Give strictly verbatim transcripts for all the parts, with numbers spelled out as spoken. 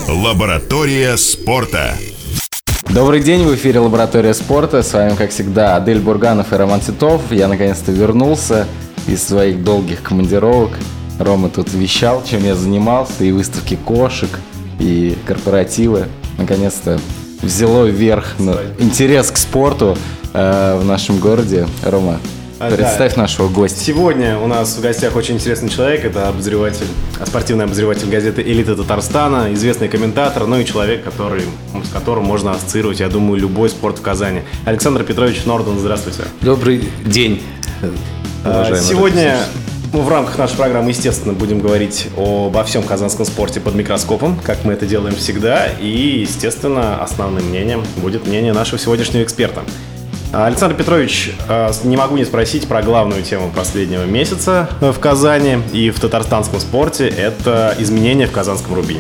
Лаборатория спорта. Добрый день, в эфире Лаборатория спорта. С вами, как всегда, Адель Бурганов и Роман Титов. Я наконец-то вернулся из своих долгих командировок. Рома тут вещал, чем я занимался, и выставки кошек, и корпоративы. Наконец-то взяло вверх ну, интерес к спорту э, в нашем городе. Рома, представь да. нашего гостя. Сегодня у нас в гостях очень интересный человек. Это обозреватель, спортивный обозреватель газеты «Элита Татарстана», известный комментатор, ну и человек, который, с которым можно ассоциировать, я думаю, любой спорт в Казани. Александр Петрович Норден, здравствуйте. Добрый день, уважаемые. Сегодня мы в рамках нашей программы, естественно, будем говорить обо всем казанском спорте под микроскопом, как мы это делаем всегда. И, естественно, основным мнением будет мнение нашего сегодняшнего эксперта. Александр Петрович, не могу не спросить про главную тему последнего месяца в Казани и в татарстанском спорте. Это изменения в казанском «Рубине».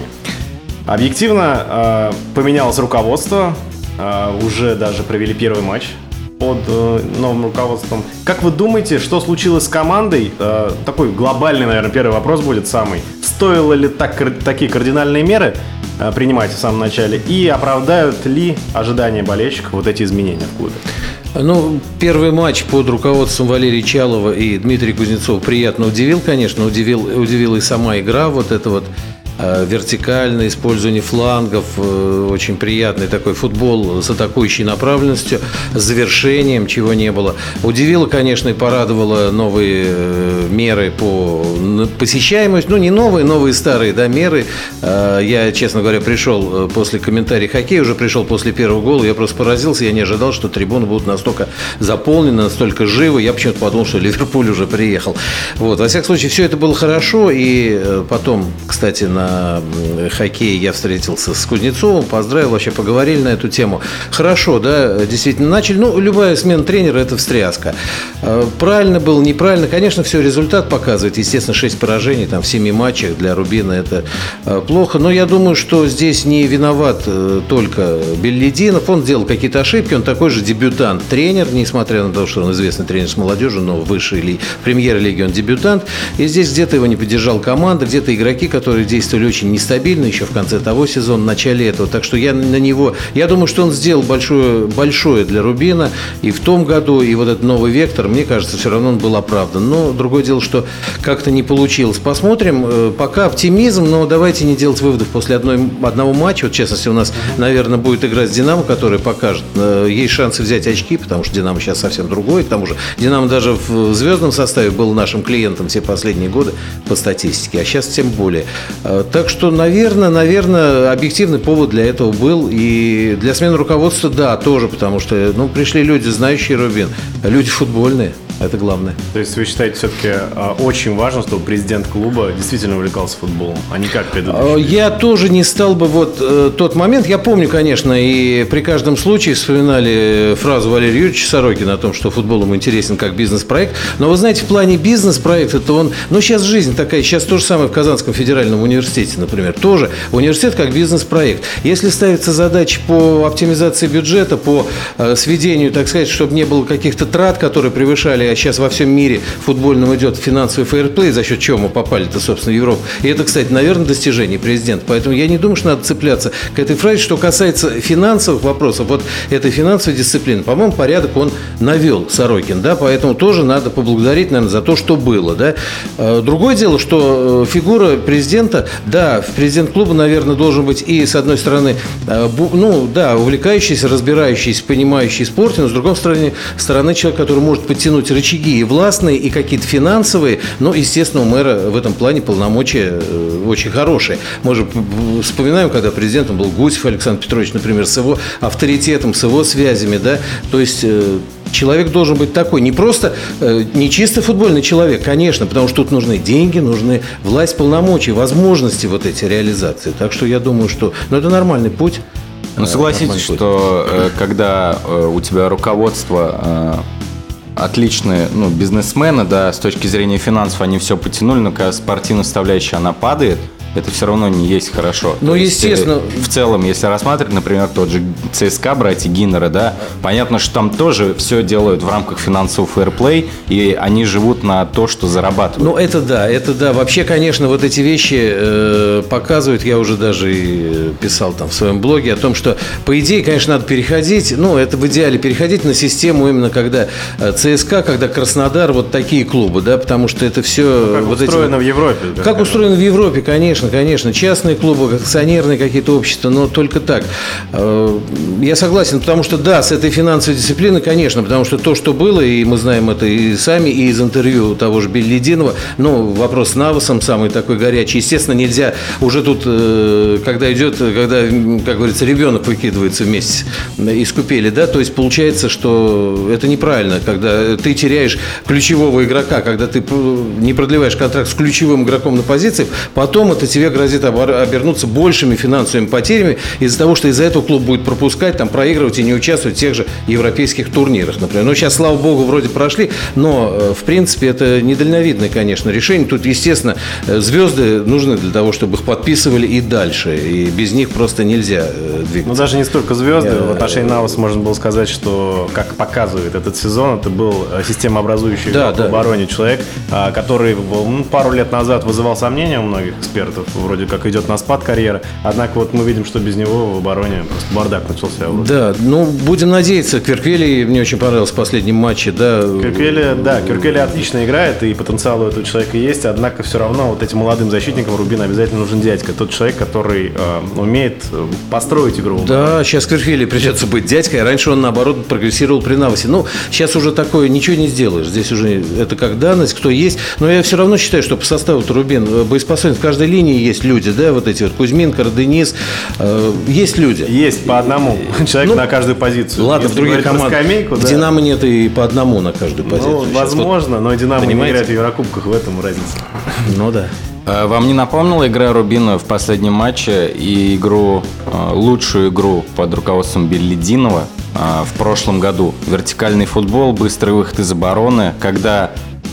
Объективно поменялось руководство, уже даже провели первый матч под новым руководством. Как вы думаете, что случилось с командой? Такой глобальный, наверное, первый вопрос будет самый. Стоило ли так, такие кардинальные меры принимать в самом начале? И оправдают ли ожидания болельщиков вот эти изменения в клубе? Ну, первый матч под руководством Валерия Чалова и Дмитрия Кузнецова приятно удивил, конечно. Удивил, удивила и сама игра, вот это вот э, вертикальное использование флангов, э, очень приятный такой футбол с атакующей направленностью, с завершением, чего не было. Удивило, конечно, и порадовало новые э, меры по посещаемости. Ну, не новые, новые старые, да, меры. Э, я, честно говоря, пришел после комментариев хоккея, уже пришел после первого гола, я просто поразился, я не ожидал, что трибуны будут настолько заполнены, настолько живы. Я почему-то подумал, что Ливерпуль уже приехал. Вот. Во всяком случае, все это было хорошо. И потом, кстати, на хоккее я встретился с Кузнецовым, поздравил, вообще поговорили на эту тему. Хорошо, да, действительно начали. Ну, любая смена тренера – это встряска. Правильно было, неправильно. Конечно, все результат показывает. Естественно, шесть поражений там, в семи матчах для «Рубина» – это плохо. Но я думаю, что здесь не виноват только Беллидинов. Он сделал какие-то ошибки, он такой же дебютант. Тренер, несмотря на то, что он известный тренер с молодежью, но в высшей ли, премьер-лиге он дебютант. И здесь где-то его не поддержала команда, где-то игроки, которые действовали очень нестабильно еще в конце того сезона, в начале этого. Так что я на него... Я думаю, что он сделал большое, большое для «Рубина» и в том году, и вот этот новый вектор, мне кажется, все равно он был оправдан. Но другое дело, что как-то не получилось. Посмотрим. Пока оптимизм, но давайте не делать выводов после одной, одного матча. Вот, в частности, у нас, наверное, будет игра с «Динамо», которая покажет. Есть шансы взять очки, потому что «Динамо» сейчас совсем другой. К тому же «Динамо» даже в звездном составе был нашим клиентом все последние годы по статистике, а сейчас тем более. Так что, наверное, наверное, объективный повод для этого был. И для смены руководства, да, тоже, потому что ну, пришли люди, знающие «Рубин», люди футбольные. Это главное. То есть вы считаете, все-таки э, очень важно, чтобы президент клуба действительно увлекался футболом, а не как предыдущий? Я тоже не стал бы вот э, тот момент. Я помню, конечно, и при каждом случае вспоминали фразу Валерия Юрьевича Сорокина о том, что футбол ему интересен как бизнес-проект. Но вы знаете, в плане бизнес-проекта, то он... Ну, сейчас жизнь такая. Сейчас то же самое в Казанском федеральном университете, например. Тоже университет как бизнес-проект. Если ставится задача по оптимизации бюджета, по э, сведению, так сказать, чтобы не было каких-то трат, которые превышали. А сейчас во всем мире футбольном идет финансовый фейерплей, за счет чего мы попали-то, собственно, в Европу. И это, кстати, наверное, достижение президента. Поэтому я не думаю, что надо цепляться к этой фразе. Что касается финансовых вопросов, вот этой финансовой дисциплины, по-моему, порядок он навел, Сорокин, да, поэтому тоже надо поблагодарить, наверное, за то, что было, да. Другое дело, что фигура президента, да, президент клуба, наверное, должен быть и, с одной стороны, ну, да, увлекающийся, разбирающийся, понимающий спорт, но, с другой стороны, стороны человек, который может подтянуть рычаги и властные, и какие-то финансовые. Но, естественно, у мэра в этом плане полномочия очень хорошие. Мы же вспоминаем, когда президентом был Гусев Александр Петрович, например, с его авторитетом, с его связями, да, то есть... Человек должен быть такой, не просто, не чисто футбольный человек, конечно, потому что тут нужны деньги, нужны власть, полномочия, возможности вот эти реализации. Так что я думаю, что ну, это нормальный путь. Ну, согласитесь, что э, когда э, у тебя руководство э, отличные ну, бизнесмены, да, с точки зрения финансов они все потянули, но когда спортивная составляющая, она падает, это все равно не есть хорошо. Ну, естественно. Есть, в целом, если рассматривать, например, тот же ЦСКА, братья Гиннера, да, понятно, что там тоже все делают в рамках финансового фэрплей, и они живут на то, что зарабатывают. Ну, это да, это да. Вообще, конечно, вот эти вещи э, показывают, я уже даже и писал там в своем блоге о том, что, по идее, конечно, надо переходить, ну, это в идеале переходить на систему именно когда ЦСКА, когда Краснодар, вот такие клубы, да, потому что это все... Ну, как вот устроено эти, в Европе. Как скажем. устроено в Европе, конечно, конечно. Частные клубы, акционерные какие-то общества, но только так. Я согласен, потому что, да, с этой финансовой дисциплиной, конечно, потому что то, что было, и мы знаем это и сами, и из интервью того же Беллидинова, ну, вопрос с Навасом самый такой горячий. Естественно, нельзя уже тут, когда идет, когда, как говорится, ребенок выкидывается вместе из купели, да, то есть получается, что это неправильно, когда ты теряешь ключевого игрока, когда ты не продлеваешь контракт с ключевым игроком на позиции, потом это тебе грозит обернуться большими финансовыми потерями из-за того, что из-за этого клуб будет пропускать, там, проигрывать и не участвовать в тех же европейских турнирах, например. Ну, сейчас, слава богу, вроде прошли, но, в принципе, это недальновидное, конечно, решение. Тут, естественно, звезды нужны для того, чтобы их подписывали и дальше, и без них просто нельзя двигаться. Ну, даже не столько звезды. Я... В отношении Наваса можно было сказать, что, как показывает этот сезон, это был системообразующий да, в да. обороне человек, который ну, пару лет назад вызывал сомнения у многих экспертов, вроде как идет на спад карьеры, однако вот мы видим, что без него в обороне просто бардак начался. Да, ну, будем надеяться. Кверквели мне очень понравился в последнем матче, да. Кверквели, да, Кверквели отлично играет, и потенциал у этого человека есть, однако все равно вот этим молодым защитникам Рубина обязательно нужен дядька, тот человек, который э, умеет построить игру. Да, сейчас Кверквели придется быть дядькой, а раньше он, наоборот, прогрессировал при Навасе. Ну, сейчас уже такое ничего не сделаешь, здесь уже это как данность, кто есть, но я все равно считаю, что по составу-то Рубин боеспособен, в каждой линии есть люди, да, вот эти вот Кузьминка, Денис, э, есть люди. Есть по одному, человек ну, на каждую позицию. Ладно, если в других командах, в да. Динамо нет и по одному на каждую позицию. Ну, возможно, вот, но Динамо понимаете? Не играет в Еврокубках, в этом разница. Ну да. Вам не напомнила игра Рубина в последнем матче и игру, лучшую игру под руководством Беллидинова в прошлом году? Вертикальный футбол, быстрый выход из обороны, когда...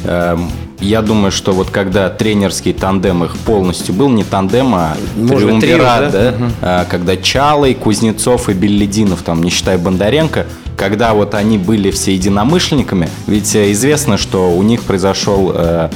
Я думаю, что вот когда тренерский тандем их полностью был, не тандем, а триумвират, да? Угу. А, когда Чалый, Кузнецов и Беллидинов, там, не считая Бондаренко, когда вот они были все единомышленниками, ведь известно, что у них произошел...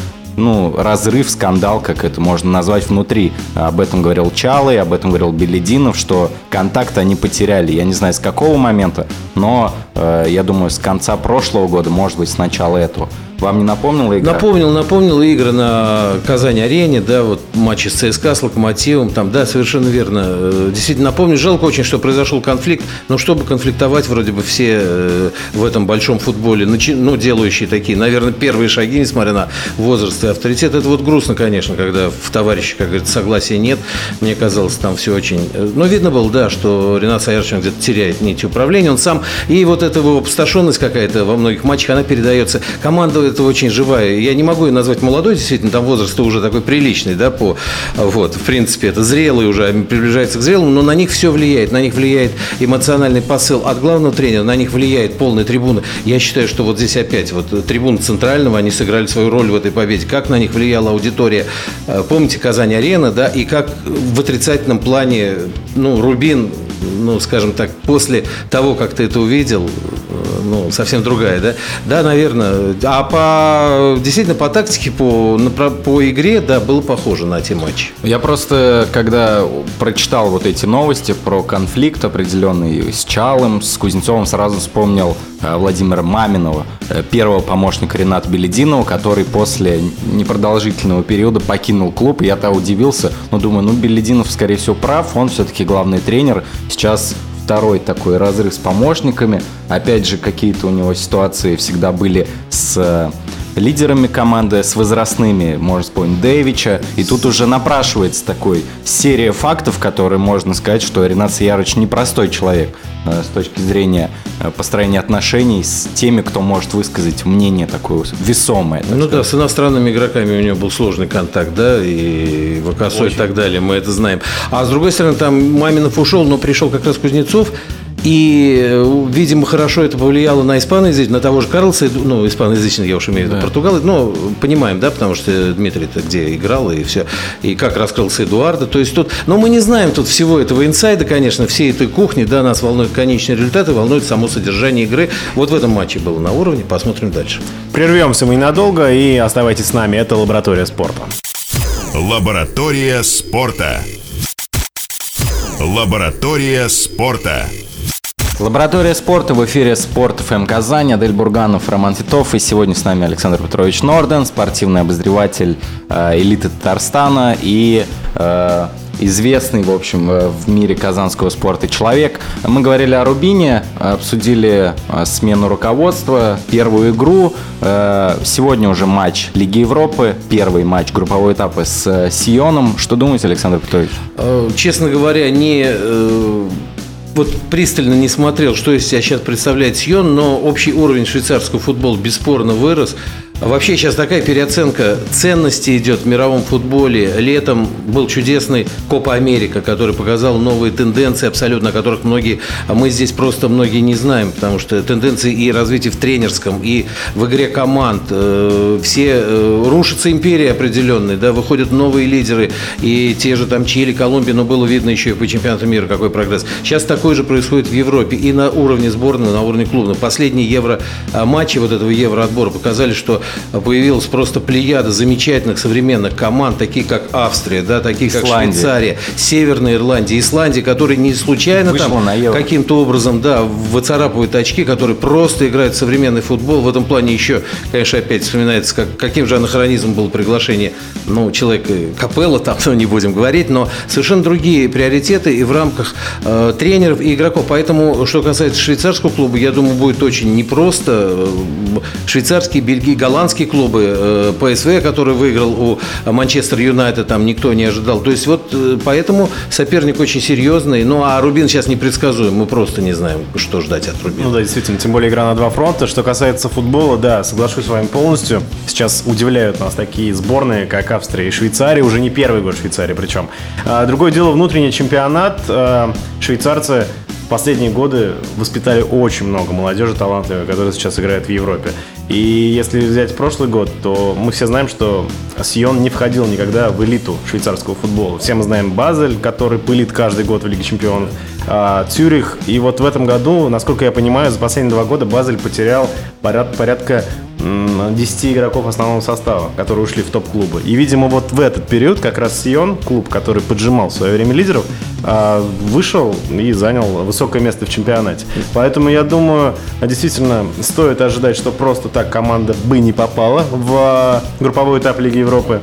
ну, разрыв, скандал, как это можно назвать, внутри. Об этом говорил Чалый, об этом говорил Беллидинов, что контакт они потеряли. Я не знаю, с какого момента, но э, я думаю, с конца прошлого года, может быть, с начала этого. Вам не напомнила игра? Напомнил, напомнил игры на Казань-арене, да, вот матчи с ЦСКА, с Локомотивом, там, да, совершенно верно. Действительно напомню, жалко очень, что произошел конфликт, но чтобы конфликтовать, вроде бы все в этом большом футболе, ну, делающие такие, наверное, первые шаги, несмотря на возраст и авторитет, это вот грустно, конечно, когда в товарищах, как говорится, согласия нет. Мне казалось, там все очень... Но видно было, да, что Ренат Саярчев где-то теряет нить управления, он сам, и вот эта его опустошенность какая-то во многих матчах, она передается. Команда это очень живая. Я не могу ее назвать молодой, действительно, там возраст уже такой приличный, да, по, вот, в принципе, это зрелый уже, приближается к зрелому, но на них все влияет, на них влияет эмоциональный посыл от главного тренера, на них влияет полная трибуна. Я считаю, что вот здесь опять, вот, трибуна центрального, они сыграли свою роль в этой победе. Как на них влияла аудитория, помните, Казань-арена, да, и как в отрицательном плане, ну, Рубин, ну, скажем так, после того, как ты это увидел, ну, совсем другая, да? Да, наверное. А по, действительно, по тактике, по, по игре, да, было похоже на те матчи. Я просто, когда прочитал вот эти новости про конфликт определенный с Чалым, с Кузнецовым, сразу вспомнил Владимира Маминова, первого помощника Рената Беллидинова, который после непродолжительного периода покинул клуб. И я-то удивился, но думаю, ну, Беллидинов, скорее всего, прав, он все-таки главный тренер. Сейчас второй такой разрыв с помощниками. Опять же, какие-то у него ситуации всегда были с лидерами команды, с возрастными, можно вспомнить Дэвича. И тут уже напрашивается такой серия фактов, которые можно сказать, что Ренат Саярович непростой человек с точки зрения построения отношений с теми, кто может высказать мнение такое весомое. Ну сказать. Да, с иностранными игроками у него был сложный контакт, да, и Вакасо и так далее, мы это знаем. А с другой стороны, там Маминов ушел, но пришел как раз Кузнецов. И, видимо, хорошо это повлияло на испаноязычных, на того же Карлоса, ну, испаноязычных, я уж имею в виду, да. Португалы, ну, понимаем, да, потому что Дмитрий-то где играл и все, и как раскрылся Эдуардо, то есть тут, но мы не знаем тут всего этого инсайда, конечно, всей этой кухни, да, нас волнуют конечные результаты, волнует само содержание игры. Вот в этом матче было на уровне, посмотрим дальше. Прервемся мы ненадолго и оставайтесь с нами, это «Лаборатория спорта». Лаборатория спорта. Лаборатория спорта. Лаборатория спорта в эфире Спорт эф эм Казань. Адель Бурганов, Роман Титов. И сегодня с нами Александр Петрович Норден, спортивный обозреватель э, элиты Татарстана и э, известный, в общем, в мире казанского спорта человек. Мы говорили о Рубине, обсудили э, смену руководства, первую игру. Э, сегодня уже матч Лиги Европы, первый матч группового этапа с э, Сионом. Что думаете, Александр Петрович? Честно говоря, не... Э... Вот пристально не смотрел, что из себя сейчас представляет Сион, но общий уровень швейцарского футбола бесспорно вырос. Вообще сейчас такая переоценка ценностей идет в мировом футболе. Летом был чудесный Копа Америка, который показал новые тенденции, абсолютно, о которых многие, а мы здесь просто многие не знаем, потому что тенденции и развитие в тренерском, и в игре команд, э, все э, рушатся империи определенные, да, выходят новые лидеры, и те же там Чили, Колумбия, но было видно еще и по чемпионату мира, какой прогресс. Сейчас такой же происходит в Европе и на уровне сборной, на уровне клуба. Последние евро-матчи вот этого евроотбора показали, что появилась просто плеяда замечательных современных команд, такие как Австрия, да, такие как Исландия. Швейцария, Северная Ирландия, Исландия, которые не случайно Вышла там каким-то образом, да, выцарапывают очки, которые просто играют в современный футбол. В этом плане еще, конечно, опять вспоминается, как, каким же анахронизмом было приглашение, ну, человека Капелла, там, ну, не будем говорить, но совершенно другие приоритеты и в рамках э, тренеров и игроков. Поэтому, что касается швейцарского клуба, я думаю, будет очень непросто. Швейцарские, бельгии, голландские клубы, ПСВ, который выиграл у Манчестер Юнайтед, там никто не ожидал. То есть вот поэтому соперник очень серьезный. Ну а Рубин сейчас непредсказуем. Мы просто не знаем, что ждать от Рубина. Ну да, действительно, тем более игра на два фронта. Что касается футбола, да, соглашусь с вами полностью. Сейчас удивляют нас такие сборные, как Австрия и Швейцария. Уже не первый год Швейцарии причем. Другое дело, внутренний чемпионат. Швейцарцы в последние годы воспитали очень много молодежи талантливой, которая сейчас играет в Европе. И если взять прошлый год, то мы все знаем, что Сион не входил никогда в элиту швейцарского футбола. Все мы знаем Базель, который пылит каждый год в Лиге чемпионов, Цюрих. И вот в этом году, насколько я понимаю, за последние два года Базель потерял порядка десять игроков основного состава, которые ушли в топ-клубы. И, видимо, вот в этот период как раз Сион, клуб, который поджимал в свое время лидеров, вышел и занял высокое место в чемпионате. Поэтому, я думаю, действительно стоит ожидать, что просто так команда бы не попала в групповой этап Лиги Европы.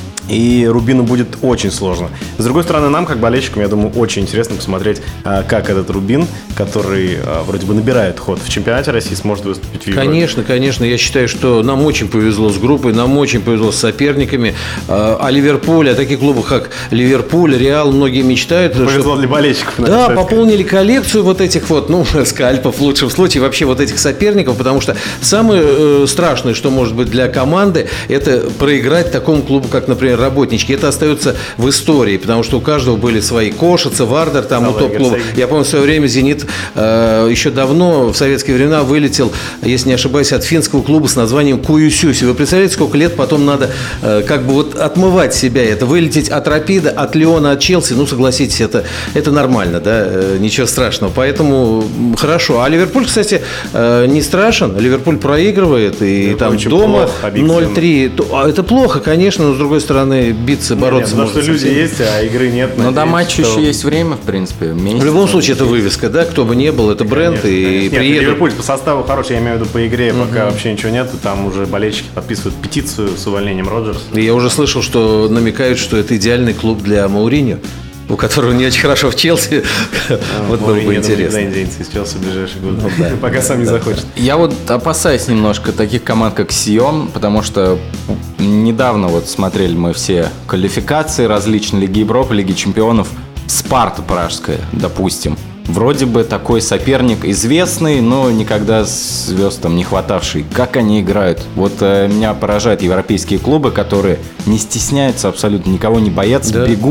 И Рубину будет очень сложно. С другой стороны, нам, как болельщикам, я думаю, очень интересно посмотреть, как этот Рубин, который вроде бы набирает ход в чемпионате России, сможет выступить в Европе. Конечно, конечно. Я считаю, что нам очень повезло с группой, нам очень повезло с соперниками. А Ливерпуль, о таких клубах, как Ливерпуль, Реал, многие мечтают. Повезло что... для болельщиков. Да, пополнили коллекцию вот этих вот, ну, скальпов в лучшем случае, вообще вот этих соперников, потому что самое э, страшное, что может быть для команды, это проиграть такому клубу, как, например, Работнички. Это остается в истории, потому что у каждого были свои Кошица, Вардер, там у топ-клуба. Я помню, в свое время «Зенит» э, еще давно, в советские времена, вылетел, если не ошибаюсь, от финского клуба с названием Куюсюси. Вы представляете, сколько лет потом надо э, как бы вот отмывать себя это, вылететь от Рапида, от Лиона, от Челси, ну, согласитесь, это, это нормально, да, э, ничего страшного. Поэтому хорошо. А Ливерпуль, кстати, э, не страшен. Ливерпуль проигрывает, и Ливерпуль там дома ноль три. А это плохо, конечно, но с другой стороны, биться, бороться. Нет, потому что люди есть, а игры нет. Но до матча что... еще есть время, в принципе. В любом случае, это вывеска, да? Кто бы ни был, это бренд. Конечно, и конечно. Приедут... Нет, Ливерпуль по составу хороший, я имею в виду по игре, uh-huh. пока вообще ничего нет. Там уже болельщики подписывают петицию с увольнением Роджерса. И я уже слышал, что намекают, что это идеальный клуб для Мауриньо, у которого не очень хорошо в Челси. Вот было бы интересно. Я думаю, из Челси в ближайший год. Пока сам не захочет. Я вот опасаюсь немножко таких команд, как Сион, потому что недавно вот смотрели мы все квалификации различные Лиги Европы, Лиги Чемпионов. Спарта пражская, допустим. Вроде бы такой соперник известный, но никогда звезд там не хватавший. Как они играют? Вот э, меня поражают европейские клубы, которые не стесняются абсолютно, никого не боятся, да. бегут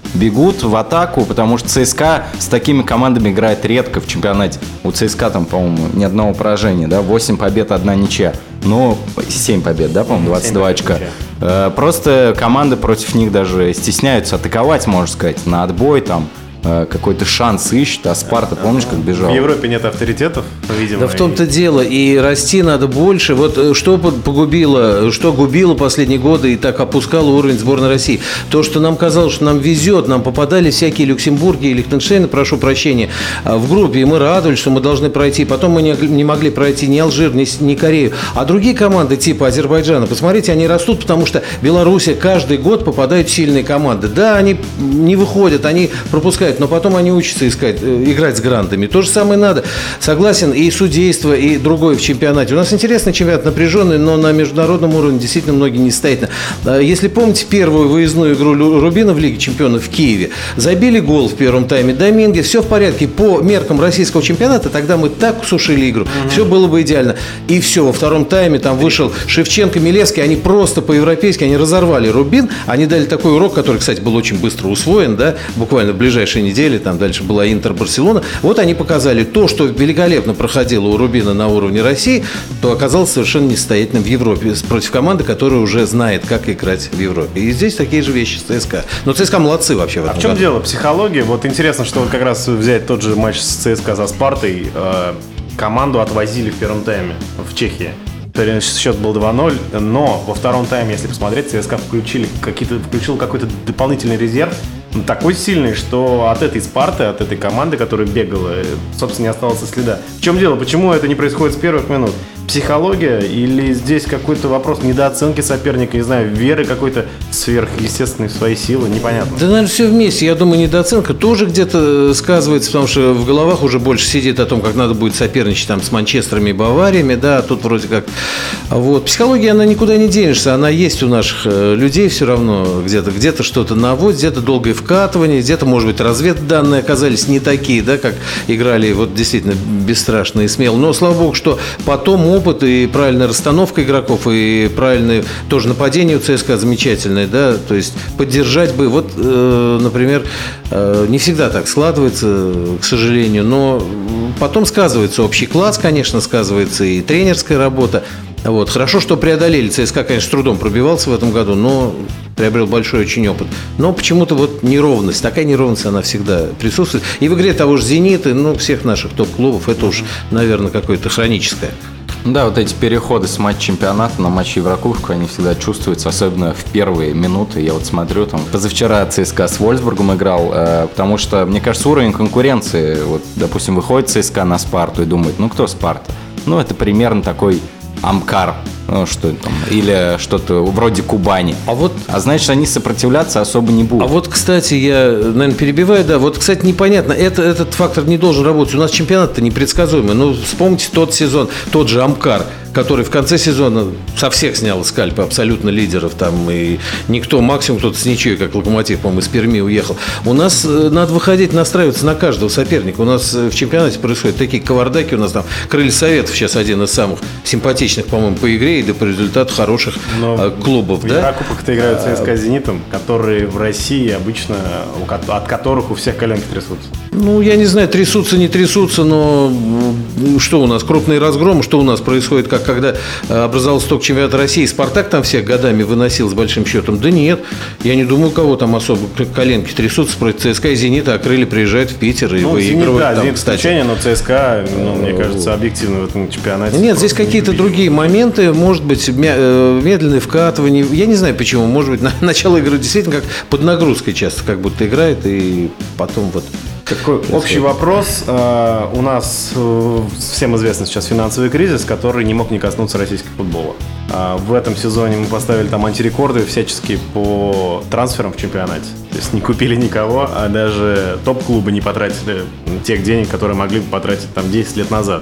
бегут в атаку, потому что ЦСКА с такими командами играет редко в чемпионате. У ЦСКА там, по-моему, ни одного поражения, да, восемь побед, одна ничья. Ну, семь побед, да, по-моему, двадцать два очка. Ничья. Просто команды против них даже стесняются атаковать, можно сказать, на отбой там. Какой-то шанс ищет, а Спарта, помнишь, как бежал? В Европе нет авторитетов, видимо. Да в том-то дело, и расти надо больше. Вот что погубило, что губило последние годы и так опускало уровень сборной России. То, что нам казалось, что нам везет, нам попадали всякие Люксембурги и Лихтенштейны, прошу прощения, в группе, и мы радовались, что мы должны пройти. Потом мы не, не могли пройти ни Алжир, ни, ни Корею. А другие команды типа Азербайджана, посмотрите, они растут, потому что Белоруссия каждый год попадает в сильные команды. Да, они не выходят, они пропускают, но потом они учатся искать, играть с грантами. То же самое надо. Согласен, и судейство, и другое в чемпионате. У нас интересный чемпионат, напряженный, но на международном уровне действительно многие не стоят. Если помните первую выездную игру Рубина в Лиге чемпионов в Киеве, забили гол в первом тайме, Доминге, все в порядке. По меркам российского чемпионата тогда мы так сушили игру, mm-hmm. все было бы идеально. И все, во втором тайме там вышел Шевченко, Милевский, они просто по-европейски, они разорвали Рубин, они дали такой урок, который, кстати, был очень быстро усвоен, да, буквально в ближайшие недели, там дальше была Интер, Барселона. Вот они показали то, что великолепно проходило у Рубина на уровне России, то оказалось совершенно несостоятельным в Европе против команды, которая уже знает, как играть в Европе. И здесь такие же вещи с ЦСКА. Но ЦСКА молодцы вообще в этом А в чем году. дело? Психология. Вот интересно, что вот как раз взять тот же матч с ЦСКА со Спартой, э, команду отвозили в первом тайме в Чехии. Счет был два ноль, но во втором тайме, если посмотреть, ЦСКА включили какие-то, включил какой-то дополнительный резерв, такой сильный, что от этой Спарты, от этой команды, которая бегала, собственно, не осталось следа. В чем дело? Почему это не происходит с первых минут? Психология или здесь какой-то вопрос недооценки соперника, не знаю, веры какой-то сверхъестественной в свои силы, непонятно. Да, наверное, все вместе. Я думаю, недооценка тоже где-то сказывается, потому что в головах уже больше сидит о том, как надо будет соперничать там с Манчестерами и Бавариями, да, а тут вроде как... Вот. Психология, она никуда не денешься, она есть у наших людей все равно, где-то, где-то что-то наводит, где-то долгое вкатывание, где-то, может быть, разведданные оказались не такие, да, как играли вот действительно бесстрашно и смело. Но, слава богу, что потом опыт и правильная расстановка игроков, и правильное тоже нападение у ЦСКА замечательное, да, то есть поддержать бы, вот, э, например, э, не всегда так складывается, к сожалению, но потом сказывается общий класс, конечно, сказывается и тренерская работа. Вот. Хорошо, что преодолели. ЦСКА, конечно, с трудом пробивался в этом году, но приобрел большой очень опыт. Но почему-то вот неровность, такая неровность, она всегда присутствует. И в игре того же «Зенита», ну, всех наших топ-клубов, это уж, наверное, какое-то хроническое. Да, вот эти переходы с матча чемпионата на матч Еврокубка, они всегда чувствуются, особенно в первые минуты. Я вот смотрю, там, позавчера ЦСКА с Вольфсбургом играл, э, потому что, мне кажется, уровень конкуренции, вот, допустим, выходит ЦСКА на Спарту и думает, ну, кто Спарта? Ну, это примерно такой Амкар, ну, что там, или что-то вроде Кубани. А вот, а значит, они сопротивляться особо не будут. А вот, кстати, я, наверное, перебиваю, да, вот, кстати, непонятно, это, этот фактор не должен работать. У нас чемпионат-то непредсказуемый. Ну, вспомните тот сезон, тот же Амкар, который в конце сезона со всех снял скальпы абсолютно лидеров, там, и никто, максимум кто-то с ничьей, как Локомотив, по-моему, из Перми уехал. У нас надо выходить, настраиваться на каждого соперника. У нас в чемпионате происходят такие кавардаки, у нас там Крылья Советов сейчас один из самых симпатичных, по-моему, по игре и да по результату хороших Но клубов. В да? Еврокубках-то играют ЦСКА с «Зенитом», которые в России обычно, от которых у всех коленки трясутся. Ну, я не знаю, трясутся, не трясутся, но что у нас, крупный разгром, что у нас происходит, как когда образовался только чемпионат России, «Спартак» там всех годами выносил с большим счетом. Да нет, я не думаю, у кого там особо коленки трясутся против ЦСКА и «Зенита», а «Крылья» приезжают в Питер и ну, выигрывают. Да, там, «Зенит» кстати. исключение, но ЦСКА, ну, мне кажется, объективно в этом чемпионате. Нет, здесь какие-то другие моменты, может быть, медленное вкатывание. Я не знаю почему, может быть, начало игры действительно как под нагрузкой часто как будто играет, и потом вот... Такой общий вопрос. У нас всем известен сейчас финансовый кризис, который не мог не коснуться российского футбола. В этом сезоне мы поставили там антирекорды всячески по трансферам в чемпионате. То есть не купили никого, а даже топ-клубы не потратили тех денег, которые могли бы потратить там десять лет назад.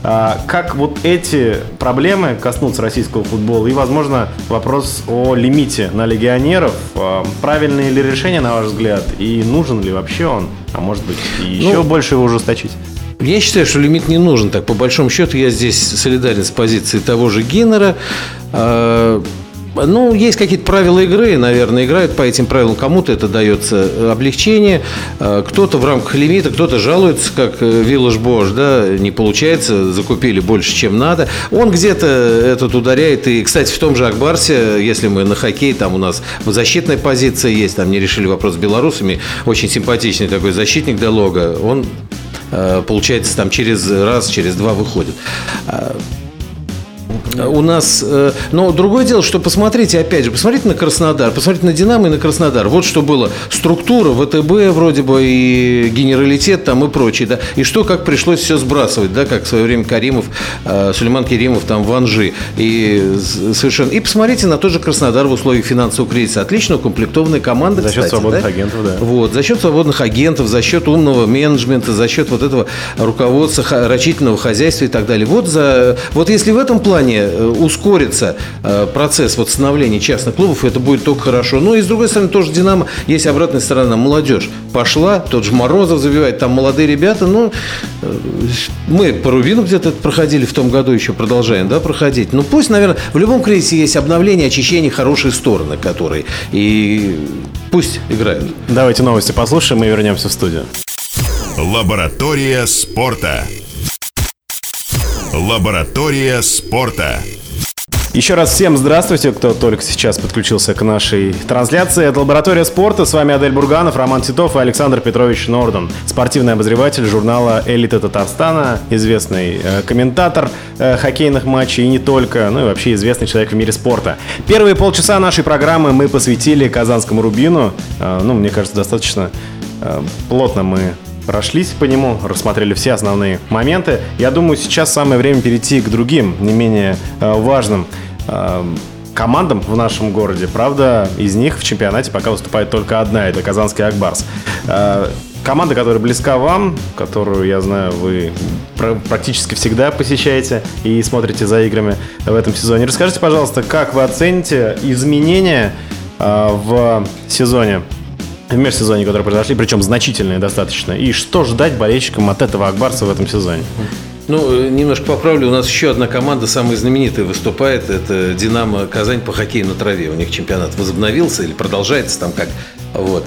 Как вот эти проблемы коснутся российского футбола? И, возможно, вопрос о лимите на легионеров. Правильное ли решение, на ваш взгляд? И нужен ли вообще он? А может быть, и еще ну, больше его ужесточить? Я считаю, что лимит не нужен. Так, по большому счету, я здесь солидарен с позицией того же Гиннера. Ну, есть какие-то правила игры, наверное, играют по этим правилам. Кому-то это дается облегчение, кто-то в рамках лимита, кто-то жалуется, как Виллаж Бош, да, не получается, закупили больше, чем надо. Он где-то этот ударяет. И, кстати, в том же Акбарсе, если мы на хоккей, там у нас защитная позиция есть, там не решили вопрос с белорусами, очень симпатичный такой защитник Делога, он, получается, там через раз, через два выходит. У нас, но другое дело, что посмотрите, опять же, посмотрите на Краснодар, посмотрите на Динамо и на Краснодар. Вот что было. Структура, ВТБ вроде бы и генералитет там и прочее, да. И что, как пришлось все сбрасывать, да, как в свое время Каримов, Сулейман Керимов там в Анжи. И совершенно. И посмотрите на тот же Краснодар в условиях финансового кризиса. Отлично укомплектованная команда, за счет кстати, свободных да? агентов, да. Вот, за счет свободных агентов, за счет умного менеджмента, за счет вот этого руководства, рачительного хозяйства и так далее. Вот, за, вот если в этом плане ускорится процесс вот становления частных клубов, это будет только хорошо. Ну и с другой стороны, тоже Динамо, есть обратная сторона. Молодежь пошла, тот же Морозов забивает, там молодые ребята. Ну, мы по Рубину где-то проходили в том году, еще продолжаем, да, проходить. Ну пусть, наверное, в любом кризисе есть обновление, очищение, хорошие стороны, которые. И пусть играют. Давайте новости послушаем и вернемся в студию. Лаборатория спорта. Лаборатория спорта. Еще раз всем здравствуйте, кто только сейчас подключился к нашей трансляции. Это «Лаборатория спорта». С вами Адель Бурганов, Роман Титов и Александр Петрович Нордон. Спортивный обозреватель журнала «Элита Татарстана», известный э, комментатор э, хоккейных матчей и не только, ну и вообще известный человек в мире спорта. Первые полчаса нашей программы мы посвятили казанскому «Рубину». Э, ну, мне кажется, достаточно э, плотно мы прошлись по нему, рассмотрели все основные моменты. Я думаю, сейчас самое время перейти к другим, не менее э, важным э, командам в нашем городе. Правда, из них в чемпионате пока выступает только одна, это казанский Акбарс. Э, команда, которая близка вам, которую, я знаю, вы пр- практически всегда посещаете и смотрите за играми в этом сезоне. Расскажите, пожалуйста, как вы оцените изменения э, в сезоне, в межсезонье, которые произошли, причем значительные достаточно. И что ждать болельщикам от этого Акбарса в этом сезоне? Ну, немножко поправлю. У нас еще одна команда, самая знаменитая, выступает. Это «Динамо Казань» по хоккею на траве. У них чемпионат возобновился или продолжается там как. Вот.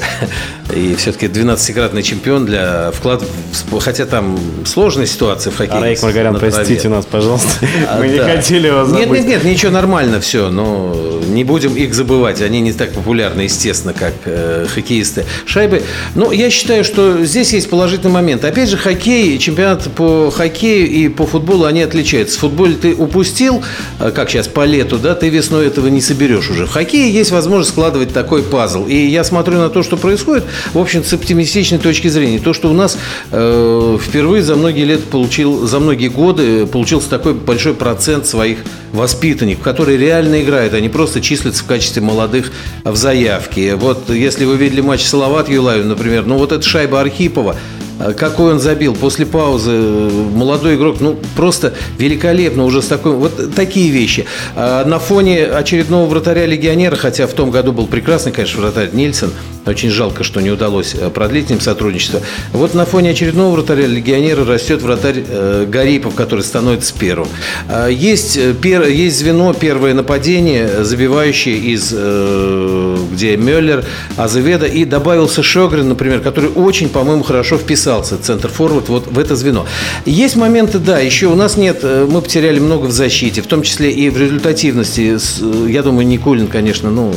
И все-таки двенадцатикратный чемпион для вклад, в... хотя там сложная ситуация в хоккее. Раик Маргарян, простите нас, пожалуйста. А, Мы да. не хотели вас забыть. Нет, нет, нет, ничего, нормально все, но не будем их забывать. Они не так популярны, естественно, как э, хоккеисты шайбы. Но я считаю, что здесь есть положительный момент. Опять же, хоккей, чемпионат по хоккею и по футболу, они отличаются. В футболе ты упустил, как сейчас по лету, да, ты весной этого не соберешь уже. В хоккее есть возможность складывать такой пазл. И я смотрю на то, что происходит, в общем, с оптимистичной точки зрения. То, что у нас э, впервые за многие лет получил, за многие годы получился такой большой процент своих воспитанников, которые реально играют, они просто числятся в качестве молодых в заявке. Вот если вы видели матч Салават Юлаев, например, ну вот эта шайба Архипова, какой он забил после паузы, молодой игрок, ну просто великолепно уже с такой, вот такие вещи. А на фоне очередного вратаря-легионера, хотя в том году был прекрасный, конечно, вратарь Нильсон, очень жалко, что не удалось продлить с ним сотрудничество. Вот на фоне очередного вратаря-легионера растет вратарь э, Гарипов, который становится первым. А есть, пер, есть звено, первое нападение, забивающее из, э, где Мюллер, Азеведо, и добавился Шогрин, например, который очень, по-моему, хорошо вписался, центр-форвард, вот в это звено. Есть моменты, да, еще у нас нет, мы потеряли много в защите, в том числе и в результативности. Я думаю, Никулин, конечно, ну,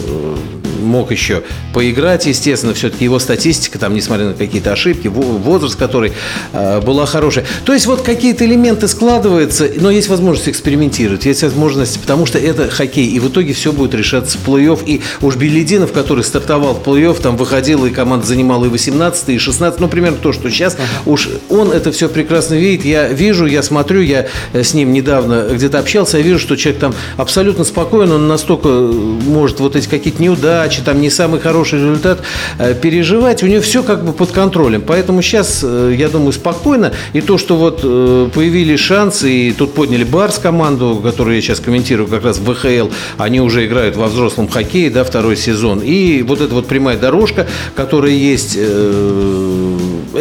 мог еще поиграть, естественно, все-таки его статистика, там, несмотря на какие-то ошибки, возраст, который э, была хорошая. То есть вот какие-то элементы складываются, но есть возможность экспериментировать, есть возможность, потому что это хоккей, и в итоге все будет решаться в плей-офф. И уж Белединов, который стартовал в плей-офф, там выходил, и команда занимала и восемнадцатый, и шестнадцатый, ну, примерно то, что сейчас, uh-huh. уж он это все прекрасно видит. Я вижу, я смотрю, я с ним недавно где-то общался, я вижу, что человек там абсолютно спокоен, он настолько может вот эти какие-то неудачи, там не самый хороший результат э, переживать, у него все как бы под контролем. Поэтому сейчас, э, я думаю, спокойно. И то, что вот э, появились шансы, и тут подняли Барс команду, которую я сейчас комментирую как раз в вэ ха эл, они уже играют во взрослом хоккее, да, второй сезон. И вот эта вот прямая дорожка, которая есть, э,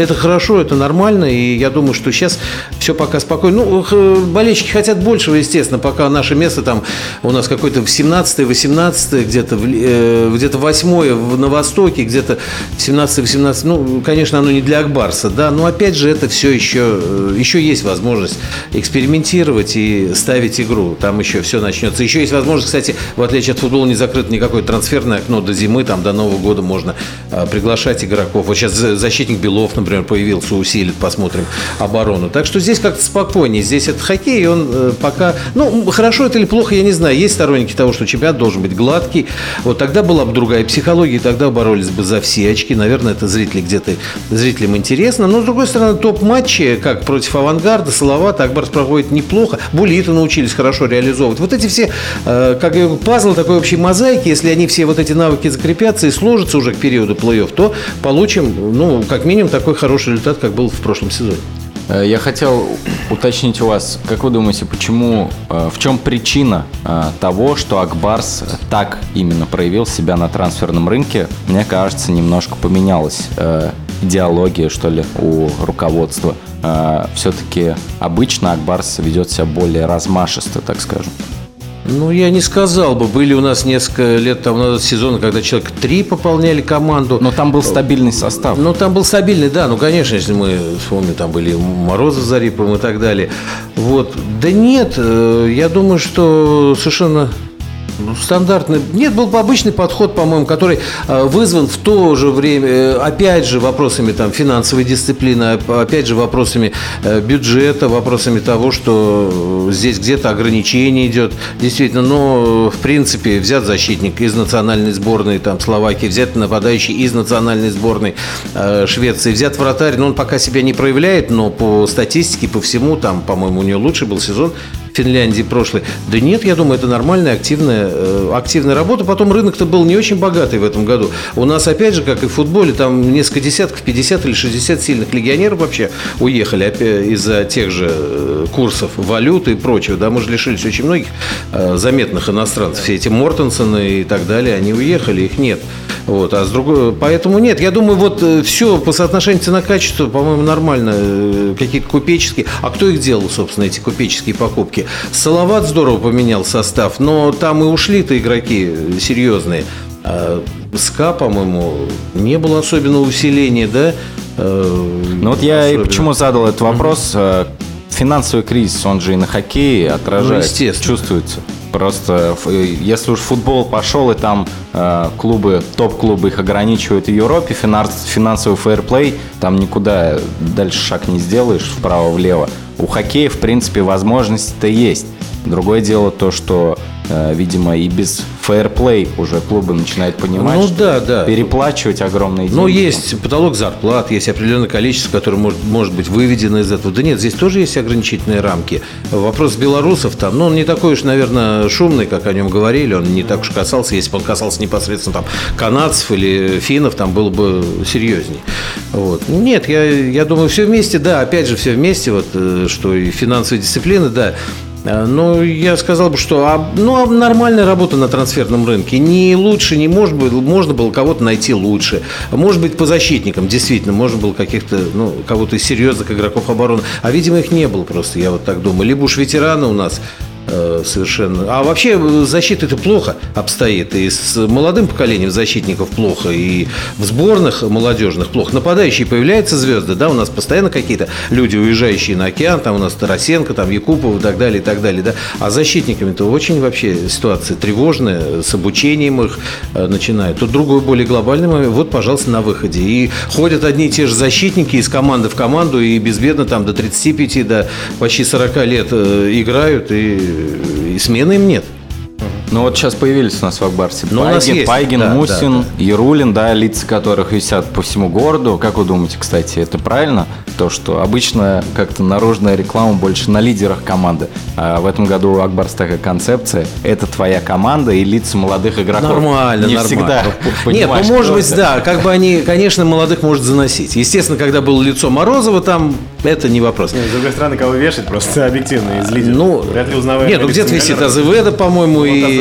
это хорошо, это нормально, и я думаю, что сейчас все пока спокойно. Ну, болельщики хотят большего, естественно, пока наше место там у нас какое-то семнадцатое, восемнадцатое, где-то, где-то восьмое на Востоке, где-то семнадцатое, восемнадцатое. Ну, конечно, оно не для Акбарса, да, но опять же это все еще, еще есть возможность экспериментировать и ставить игру. Там еще все начнется. Еще есть возможность, кстати, в отличие от футбола, не закрыто никакое трансферное окно до зимы, там до Нового года можно а, приглашать игроков. Вот сейчас защитник Белов, например, появился, усилит, посмотрим оборону. Так что здесь как-то спокойнее. Здесь это хоккей, и он э, пока... Ну, хорошо это или плохо, я не знаю. Есть сторонники того, что чемпионат должен быть гладкий. Вот тогда была бы другая психология, и тогда боролись бы за все очки. Наверное, это зрители где-то, зрителям интересно. Но, с другой стороны, топ-матчи, как против «Авангарда», «Салавата», Акбарс проходит неплохо. Булиты научились хорошо реализовывать. Вот эти все, э, как пазл такой общей мозаики, если они все вот эти навыки закрепятся и сложатся уже к периоду плей-офф, то получим, ну, как минимум, такой хороший результат, как был в прошлом сезоне. Я хотел уточнить у вас, как вы думаете, почему, в чем причина того, что Акбарс так именно проявил себя на трансферном рынке? Мне кажется, немножко поменялась идеология, что ли, у руководства. Все-таки обычно Акбарс ведет себя более размашисто, так скажем. Ну, я не сказал бы. Были у нас несколько лет тому назад сезоны, когда человек три пополняли команду. Но там был стабильный состав. Ну, там был стабильный, да. Ну, конечно, если мы вспомним, там были Морозов с Зариповым и так далее. Вот. Да нет, я думаю, что совершенно... Ну, стандартный. Нет, был обычный подход, по-моему, который э, вызван в то же время, э, опять же, вопросами там, финансовой дисциплины, опять же, вопросами э, бюджета, вопросами того, что здесь где-то ограничение идет. Действительно, но, в принципе, взят защитник из национальной сборной там, Словакии, взят нападающий из национальной сборной э, Швеции, взят вратарь, но он пока себя не проявляет, но по статистике, по всему, там, по-моему, у него лучший был сезон в Финляндии прошлый. Да нет, я думаю, это нормальная, активная, э, активная работа. Потом рынок-то был не очень богатый в этом году. У нас, опять же, как и в футболе, там несколько десятков, пятьдесят или шестьдесят сильных легионеров вообще уехали опять из-за тех же курсов валюты и прочего. Да, мы же лишились очень многих э, заметных иностранцев. Все эти Мортенсоны и так далее, они уехали, их нет. Вот, а с другой, поэтому нет, я думаю, вот все по соотношению цена-качество, по-моему, нормально, какие-то купеческие. А кто их делал, собственно, эти купеческие покупки? Салават здорово поменял состав, но там и ушли-то игроки серьезные. А СКА, по-моему, не было особенного усиления, да? Ну вот я и почему задал этот вопрос. Uh-huh. Финансовый кризис, он же и на хоккее отражает, ну, чувствуется. Просто если уж футбол пошел, и там э, клубы, топ-клубы их ограничивают в Европе, финанс, финансовый фейерплей, там никуда дальше шаг не сделаешь, вправо-влево. У хоккея, в принципе, возможности-то есть. Другое дело то, что, э, видимо, и без фейерплей уже клубы начинают понимать, ну, что да, да. переплачивать огромные деньги. Но есть потолок зарплат, есть определенное количество, которое может, может быть выведено из этого. Да нет, здесь тоже есть ограничительные рамки. Вопрос белорусов там, ну, он не такой уж, наверное, шумный, как о нем говорили, он не так уж касался. Если бы он касался непосредственно там канадцев или финнов, там было бы серьезнее. Вот. Нет, я, я думаю, все вместе, да, опять же, все вместе, вот, что и финансовая дисциплина, да. Ну, я сказал бы, что ну, нормальная работа на трансферном рынке. Не лучше, не может быть, можно было кого-то найти лучше. Может быть, по защитникам, действительно, можно было каких-то, ну, кого-то из серьезных игроков обороны. А, видимо, их не было просто, я вот так думаю. Либо уж ветераны у нас совершенно. А вообще защита-то плохо обстоит. И с молодым поколением защитников плохо, и в сборных молодежных плохо. Нападающие появляются звезды, да, у нас постоянно какие-то люди, уезжающие на океан, там у нас Тарасенко, там Якупов и так далее, и так далее, да. А с защитниками-то очень вообще ситуация тревожная, с обучением их начинают. Тут другой, более глобальный момент. Вот, пожалуйста, на выходе. И ходят одни и те же защитники из команды в команду, и безбедно там до тридцати пяти, до почти сорока лет играют, и и смены им нет. Ну вот сейчас появились у нас в Акбарсе Но Пайгин, Пайгин да, Мусин, да, да. Ярулин, да, лица которых висят по всему городу. Как вы думаете, кстати, это правильно? То, что обычно как-то наружная реклама больше на лидерах команды. А в этом году у Акбарса такая концепция. Это твоя команда и лица молодых игроков. Нормально, Не нормально. всегда. Нет, ну может быть, да. Как бы они, конечно, молодых может заносить. Естественно, когда было лицо Морозова, там это не вопрос. Нет, с другой стороны, кого вешать, просто объективно из лидеров. Ну, вряд ли узнаваем. Нет, ну где-то висит Азеведа, по-моему, вот и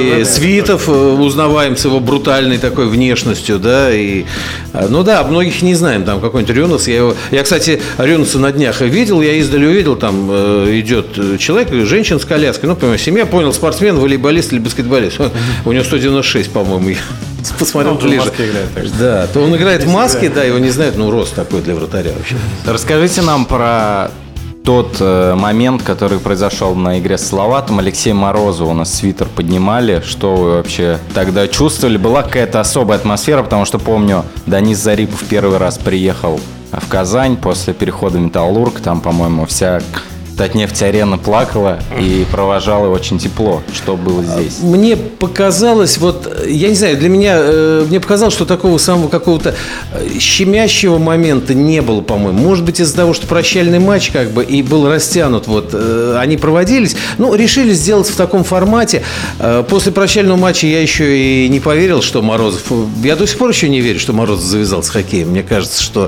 и Свитов узнаваем с его брутальной такой внешностью, да, и, ну да, многих не знаем, там какой-нибудь Рюнас, я его, я, кстати, Рюнаса на днях видел, я издали увидел, там э, идет человек, женщина с коляской, ну, понимаешь, семья, понял, спортсмен, волейболист или баскетболист, у него сто девяносто шесть, по-моему, посмотрел он ближе. Играет, да, то он играет в маске, да, его не знают, ну, рост такой для вратаря вообще. Расскажите нам про тот э, момент, который произошел на игре с Салаватом. Алексей Морозов у нас свитер поднимали. Что вы вообще тогда чувствовали? Была какая-то особая атмосфера, потому что помню, Данис Зарипов первый раз приехал в Казань после перехода в Металлург. Там, по-моему, вся Татнефть-арена плакала и провожала очень тепло. Что было здесь? Мне показалось, вот, я не знаю, для меня, э, мне показалось, что такого самого какого-то щемящего момента не было, по-моему. Может быть, из-за того, что прощальный матч как бы и был растянут, вот, э, они проводились, ну, решили сделать в таком формате. Э, после прощального матча я еще и не поверил, что Морозов, я до сих пор еще не верю, что Морозов завязал с хоккеем. Мне кажется, что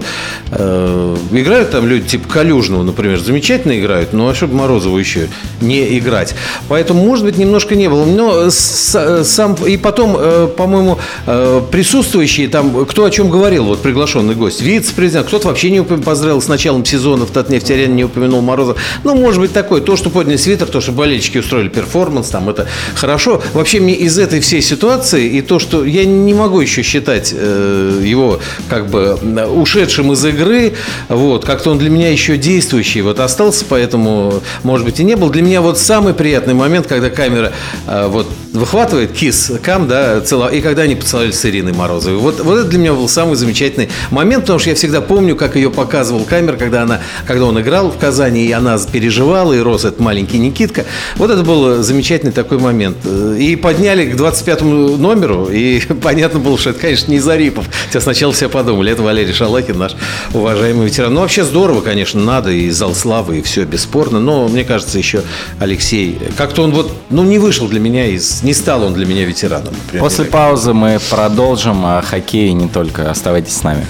э, играют там люди типа Калюжного, например, замечательно играют, ну, а чтобы Морозову еще не играть. Поэтому, может быть, немножко не было. Но с, сам, и потом, э, по-моему, э, присутствующие там, кто о чем говорил, вот приглашенный гость, вице-президент, кто-то вообще не поздравил с началом сезона в Татнефть-арене, не упомянул Морозова. Ну, может быть, такое. То, что подняли свитер, то, что болельщики устроили перформанс, там, это хорошо. Вообще, мне из этой всей ситуации и то, что я не могу еще считать э, его как бы ушедшим из игры, вот, как-то он для меня еще действующий вот остался, поэтому может быть, и не был. Для меня вот самый приятный момент, когда камера э, вот выхватывает кис кам, да, цело, и когда они поцеловались с Ириной Морозовой. Вот, вот это для меня был самый замечательный момент, потому что я всегда помню, как ее показывал камера, когда, она, когда он играл в Казани, и она переживала, и рос этот маленький Никитка. Вот это был замечательный такой момент. И подняли к двадцать пятому номеру, и понятно было, что это, конечно, не Зарипов. Хотя сначала все подумали, это Валерий Шалахин, наш уважаемый ветеран. Ну, вообще здорово, конечно, надо, и зал славы, и все бесспорно. Но мне кажется, еще Алексей, как-то он вот, ну, не вышел для меня из, не стал он для меня ветераном. Например. После паузы мы продолжим о хоккее не только. Оставайтесь с нами.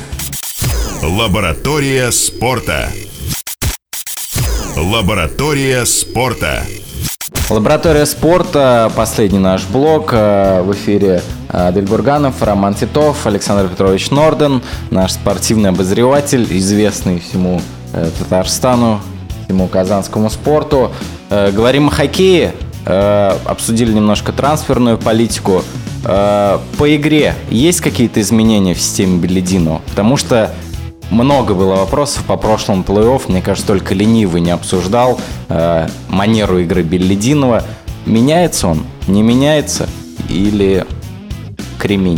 Лаборатория спорта. Лаборатория спорта. Лаборатория спорта. Последний наш блок. В эфире Адель Бурганов, Роман Титов, Александр Петрович Норден, наш спортивный обозреватель, известный всему Татарстану, всему казанскому спорту. Говорим о хоккее. Обсудили немножко трансферную политику. По игре есть какие-то изменения в системе Беллидинова? Потому что много было вопросов по прошлому плей-офф. Мне кажется, только ленивый не обсуждал э, манеру игры Беллидинова. Меняется он? Не меняется? Или кремень?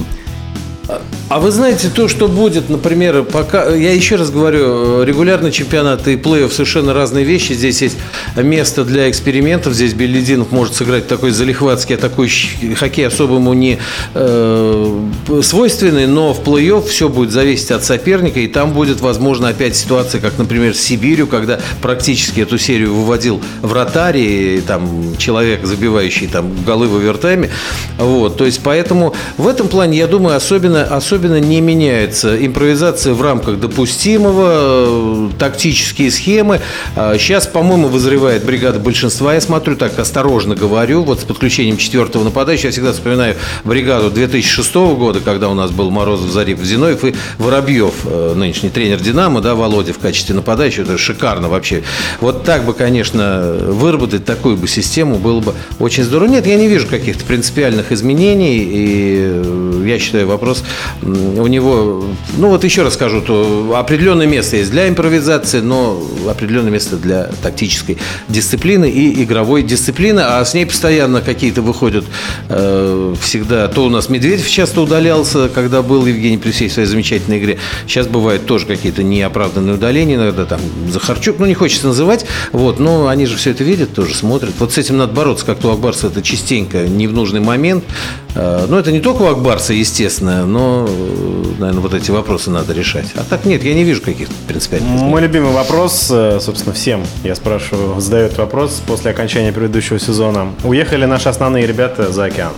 А вы знаете, то, что будет, например, пока, я еще раз говорю, регулярный чемпионат и плей-офф совершенно разные вещи. Здесь есть место для экспериментов. Здесь Беллидинов может сыграть такой залихватский, а такой хоккей особо ему не э, свойственный, но в плей-офф все будет зависеть от соперника, и там будет, возможно, опять ситуация, как, например, с Сибирью, когда практически эту серию выводил вратарь, и там человек, забивающий там голы в овертайме. Вот, то есть, поэтому в этом плане, я думаю, особенно Особенно не меняется импровизация в рамках допустимого, тактические схемы. Сейчас, по-моему, вызревает бригада большинства. Я смотрю, так осторожно говорю, вот с подключением четвертого нападающего. Я всегда вспоминаю бригаду две тысячи шестого года, когда у нас был Морозов, Зарипов, Зиновьев и Воробьев, нынешний тренер «Динамо», да, Володя в качестве нападающего. Это шикарно вообще. Вот так бы, конечно, выработать такую бы систему было бы очень здорово. Нет, я не вижу каких-то принципиальных изменений, и я считаю, вопрос у него, ну вот еще раз скажу, то определенное место есть для импровизации, но определенное место для тактической дисциплины и игровой дисциплины, а с ней постоянно какие-то выходят э, всегда. То у нас Медведев часто удалялся, когда был Евгений при всей своей замечательной игре. Сейчас бывают тоже какие-то неоправданные удаления, иногда там Захарчук, ну не хочется называть, вот, но они же все это видят, тоже смотрят. Вот с этим надо бороться, как-то у Акбарса это частенько не в нужный момент. Э, но это не только у Акбарса, естественно, но, наверное, вот эти вопросы надо решать. А так нет, я не вижу каких-то принципиальных изменений. Мой любимый вопрос, собственно, всем, я спрашиваю, задаю этот вопрос после окончания предыдущего сезона. Уехали наши основные ребята за океан.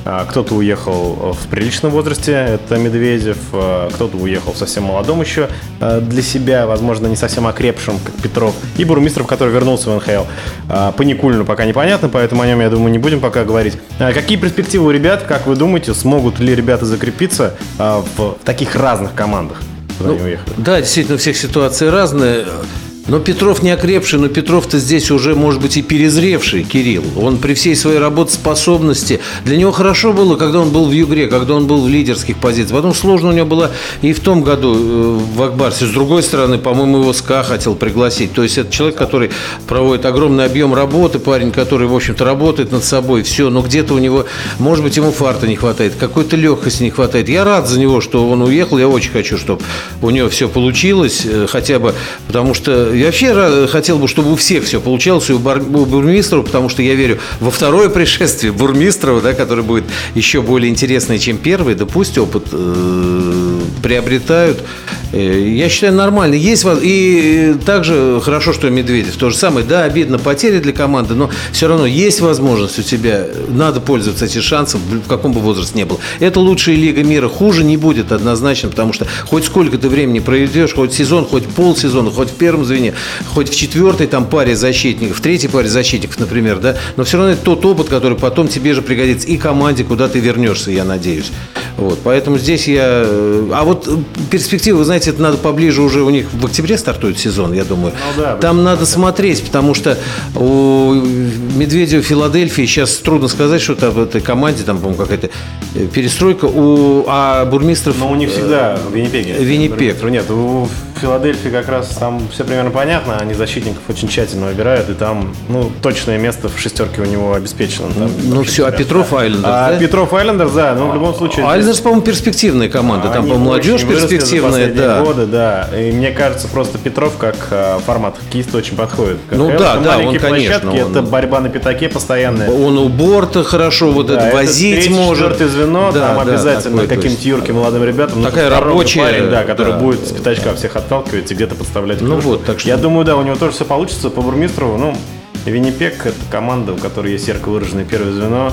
Кто-то уехал в приличном возрасте, это Медведев, кто-то уехал совсем молодом еще для себя, возможно, не совсем окрепшим, как Петров, и Бурмистров, который вернулся в эн ха эл. По Никулину пока непонятно, поэтому о нем, я думаю, не будем пока говорить. Какие перспективы у ребят, как вы думаете, смогут ли ребята закрепиться в таких разных командах? Ну, да, действительно, у всех ситуации разные. Но Петров не окрепший, но Петров-то здесь уже, может быть, и перезревший, Кирилл. Он при всей своей работоспособности. Для него хорошо было, когда он был в Югре, когда он был в лидерских позициях. Потом сложно у него было и в том году в Акбарсе. С другой стороны, по-моему, его СКА хотел пригласить. То есть это человек, который проводит огромный объем работы, парень, который, в общем-то, работает над собой. Все, но где-то у него, может быть, ему фарта не хватает, какой-то легкости не хватает. Я рад за него, что он уехал. Я очень хочу, чтобы у него все получилось. Хотя бы, потому что я вообще хотел бы, чтобы у всех все получалось, и у Бурмистрова, потому что я верю во второе пришествие Бурмистрова, да, которое будет еще более интересное, чем первый. Да пусть опыт э, приобретают. Я считаю, нормально. Есть, и также хорошо, что Медведев. То же самое, да, обидно, потери для команды, но все равно есть возможность у тебя. Надо пользоваться этим шансом, в каком бы возрасте ни был. Это лучшая лига мира. Хуже не будет однозначно, потому что хоть сколько ты времени проведешь, хоть сезон, хоть полсезона, хоть в первом звене, хоть в четвертой там паре защитников, в третьей паре защитников, например, да, но все равно это тот опыт, который потом тебе же пригодится и команде, куда ты вернешься, я надеюсь. Вот, поэтому здесь я... А вот перспективы, вы знаете, это надо поближе уже, у них в октябре стартует сезон, я думаю. Ну, да, там надо смотреть, потому что у Медведева, Филадельфии сейчас трудно сказать, что там в этой команде, там, по-моему, какая-то перестройка, у... а Бурмистров... Но у них всегда в Виннипеге. Виннипег. Нет, у Филадельфии как раз там все примерно понятно, они защитников очень тщательно выбирают, и там, ну, точное место в шестерке у него обеспечено. Там, ну все, а Петров Айлендерс, а да? Петров Айлендерс, да, ну в любом случае... Айлендерс, по-моему, перспективная команда, там, по-моему, молодежь перспективная, да. годы, да, и мне кажется, просто Петров как формат хоккеиста очень подходит. Ну да, да, он, конечно. Это борьба на пятаке постоянная. Он у борта хорошо вот это возить может. Четвертое звено, там обязательно каким-то юрким молодым ребятам. Такая рабочая. Да, который будет с пятачка всех отталкивать и где-то подставлять. Ну вот, так что... Я думаю, да, у него тоже все получится по Бурмистрову. Ну, Виннипег – это команда, у которой есть ярко выраженное первое звено.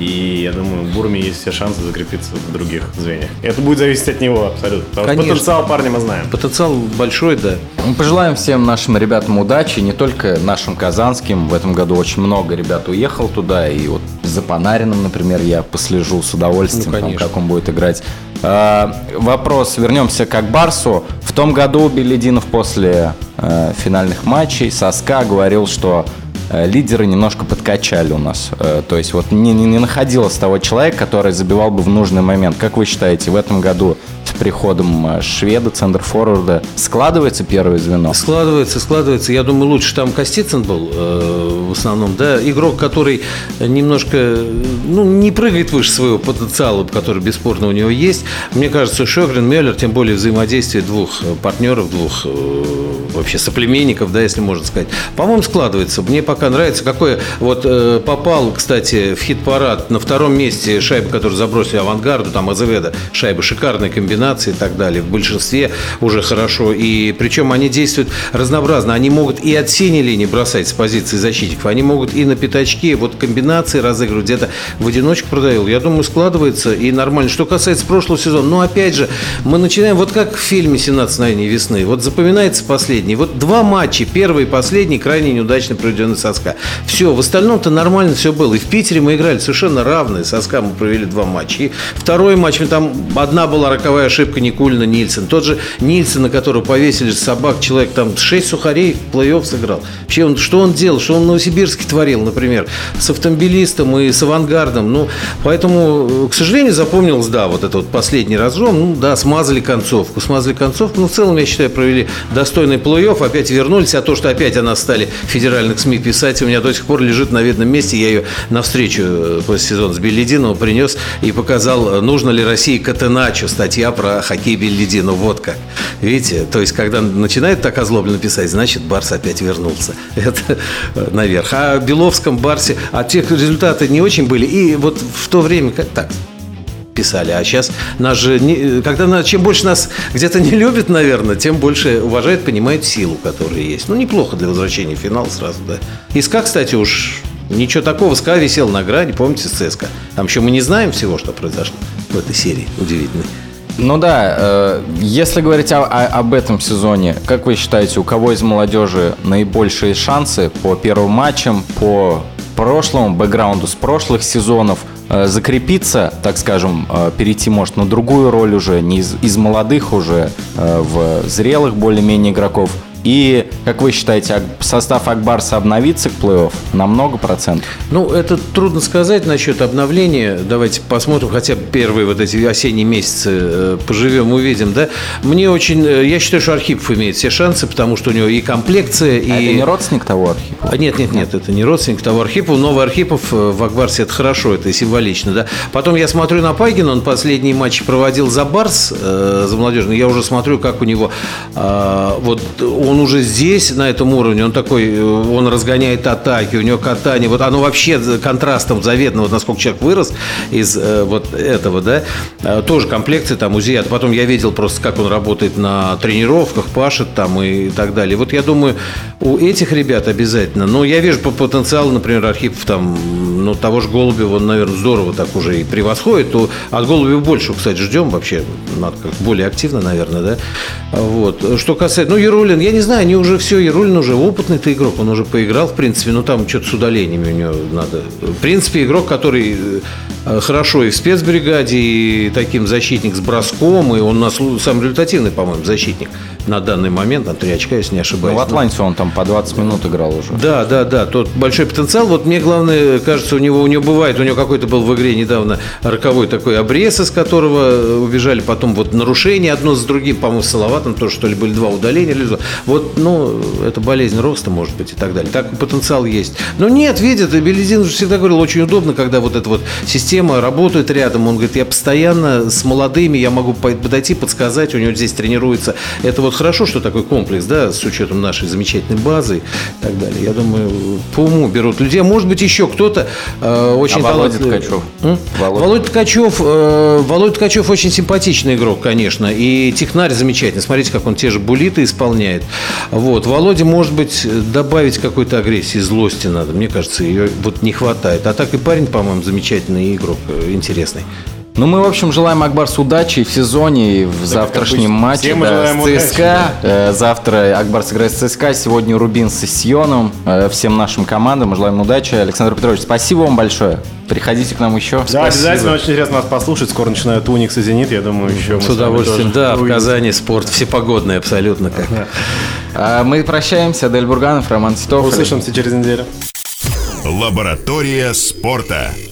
И я думаю, в Бурме есть все шансы закрепиться в других звеньях. Это будет зависеть от него абсолютно. Потому Конечно. что потенциал парня мы знаем. Потенциал большой, да. Мы пожелаем всем нашим ребятам удачи, не только нашим казанским. В этом году очень много ребят уехало туда. И вот за Панариным, например, я послежу с удовольствием, ну, там, как он будет играть. А, вопрос, вернемся к Акбарсу. В том году Белединов после а, финальных матчей со СКА говорил, что лидеры немножко подкачали у нас. То есть вот не, не, не находилось того человека, который забивал бы в нужный момент. Как вы считаете, в этом году с приходом шведа, центрфорварда, складывается первое звено? Складывается, складывается. Я думаю, лучше там Костицын был э, в основном, да, игрок, который немножко, ну, не прыгает выше своего потенциала, который бесспорно у него есть. Мне кажется, Шогрин, Меллер, тем более взаимодействие двух партнеров, двух э, вообще соплеменников, да, если можно сказать, по-моему, складывается. Мне пока нравится, какой вот э, попал, кстати, в хит-парад на втором месте шайба, которую забросили Авангарду, там Азеведа, шайба, шикарная комбинация и так далее. В большинстве уже хорошо. И причем они действуют разнообразно. Они могут и от синей линии бросать с позиции защитников, они могут и на пятачке. Вот комбинации разыгрывать, где-то в одиночку продавил. Я думаю, складывается и нормально. Что касается прошлого сезона, ну, опять же, мы начинаем вот как в фильме «семнадцать мгновений весны». Вот запоминается последний. Вот два матча, первый и последний, крайне неудачно проведены со СКА. Все, в остальном-то нормально все было. И в Питере мы играли совершенно равные. Со СКА мы провели два матча. И второй матч, там одна была роковая ошибка Никулина, Нильсон. Тот же Нильсон, на которого повесили собак, человек там шесть сухарей в плей-офф сыграл. Вообще, он, что он делал? Что он в Новосибирске творил, например, с автомобилистом и с Авангардом. Ну, поэтому, к сожалению, запомнилось, да, вот это вот последний разгром. Ну, да, смазали концовку. Смазали концовку. Но в целом, я считаю, провели достойный плей-офф. Опять вернулись. А то, что опять о нас стали в федеральных СМИ писать, у меня до сих пор лежит на видном месте. Я ее на встречу после сезона с Беллидиновым принес и показал, нужно ли России Катеначо, статья про хоккей Беллидинова. Вот как. Видите? То есть, когда начинает так озлобленно писать, значит, Барс опять вернулся. Это наверх. А о Беловском Барсе, а тех результаты не очень были. И вот в то время, как так писали, а сейчас нас же, не, когда нас, чем больше нас где-то не любят, наверное, тем больше уважают, понимают силу, которая есть. Ну, неплохо для возвращения в финал сразу, да. И СКА, кстати, уж Ничего такого, СКА висел на грани, помните, с ЦСКА. Там еще мы не знаем всего, что произошло в этой серии удивительной. Ну да, э, если говорить о, о, об этом сезоне, как вы считаете, у кого из молодежи наибольшие шансы по первым матчам, по прошлому бэкграунду с прошлых сезонов э, закрепиться, так скажем, э, перейти, может, на другую роль уже, не из, из молодых уже э, в зрелых более-менее игроков? И, как вы считаете, состав Акбарса обновится к плей-офф на много процентов? Ну, это трудно сказать насчет обновления. Давайте посмотрим хотя бы первые вот эти осенние месяцы, поживем, увидим, да? Мне очень... Я считаю, что Архипов имеет все шансы, потому что у него и комплекция, и... А это не родственник того Архипова? Нет, нет, нет, это не родственник того Архипова. Новый Архипов в Акбарсе — это хорошо, это символично, да? Потом я смотрю на Пагина, он последние матчи проводил за Барс, э, за молодежный. Я уже смотрю, как у него... Э, вот он уже здесь, на этом уровне, он такой, он разгоняет атаки, у него катание, вот оно вообще контрастом заветно, вот насколько человек вырос из э, вот этого, да, э, тоже комплекции там у Зията. Потом я видел просто, как он работает на тренировках, пашет там и так далее. Вот я думаю, у этих ребят обязательно, но я вижу по потенциалу, например, Архипов там, ну, того же Голубева, он, наверное, здорово так уже и превосходит, то от Голубева больше, кстати, ждем вообще, надо как-то более активно, наверное, да, вот. Что касается, ну, Ярулин, я не знаю, они уже все, Ярулин уже опытный-то игрок, он уже поиграл, в принципе, ну, там что-то с удалениями у него надо. В принципе, игрок, который хорошо и в спецбригаде, и таким защитник с броском, и он у нас самый результативный, по-моему, защитник на данный момент, там три очка, если не ошибаюсь. Ну, в Атланте он там по двадцать минут играл уже. Да, да, да, тот большой потенциал. Вот мне главное, кажется, у него, у него бывает, у него какой-то был в игре недавно роковой такой обрез, из которого убежали потом вот нарушения одно с другим, по-моему, с Салаватом тоже, что ли, были два удаления. Вот, ну, это болезнь роста, может быть, и так далее. Так потенциал есть. Но нет, видит, и Белезин уже всегда говорил, очень удобно, когда вот эта вот система работает рядом. Он говорит, я постоянно с молодыми, я могу подойти, подсказать, у него здесь тренируется. Это вот хорошо, что такой комплекс, да, с учетом нашей замечательной базы и так далее. Я думаю, по уму берут людей. Может быть, еще кто-то э, очень а Володя Ткачев? Володя, Володя Ткачев, э, Володя Ткачев очень симпатичный игрок, конечно, и технарь замечательный. Смотрите, как он те же буллиты исполняет. Вот. Володя, может быть, добавить какой-то агрессии, злости надо. Мне кажется, ее вот не хватает. А так и парень, по-моему, замечательный игрок, интересный. Ну, мы, в общем, желаем Акбарсу удачи в сезоне и в да, завтрашнем матче да, с ЦСКА. Э, завтра Акбарс играет с ЦСКА, сегодня Рубин с Сионом. Э, всем нашим командам мы желаем удачи. Александр Петрович, спасибо вам большое. Приходите к нам еще. Да, спасибо. Обязательно, очень интересно нас послушать. Скоро начинают Уникс и Зенит, я думаю, еще мы с удовольствием, да, в Казани спорт всепогодный абсолютно. Как. А мы прощаемся. Адель Бурганов, Роман Титов. Услышимся через неделю. Лаборатория спорта.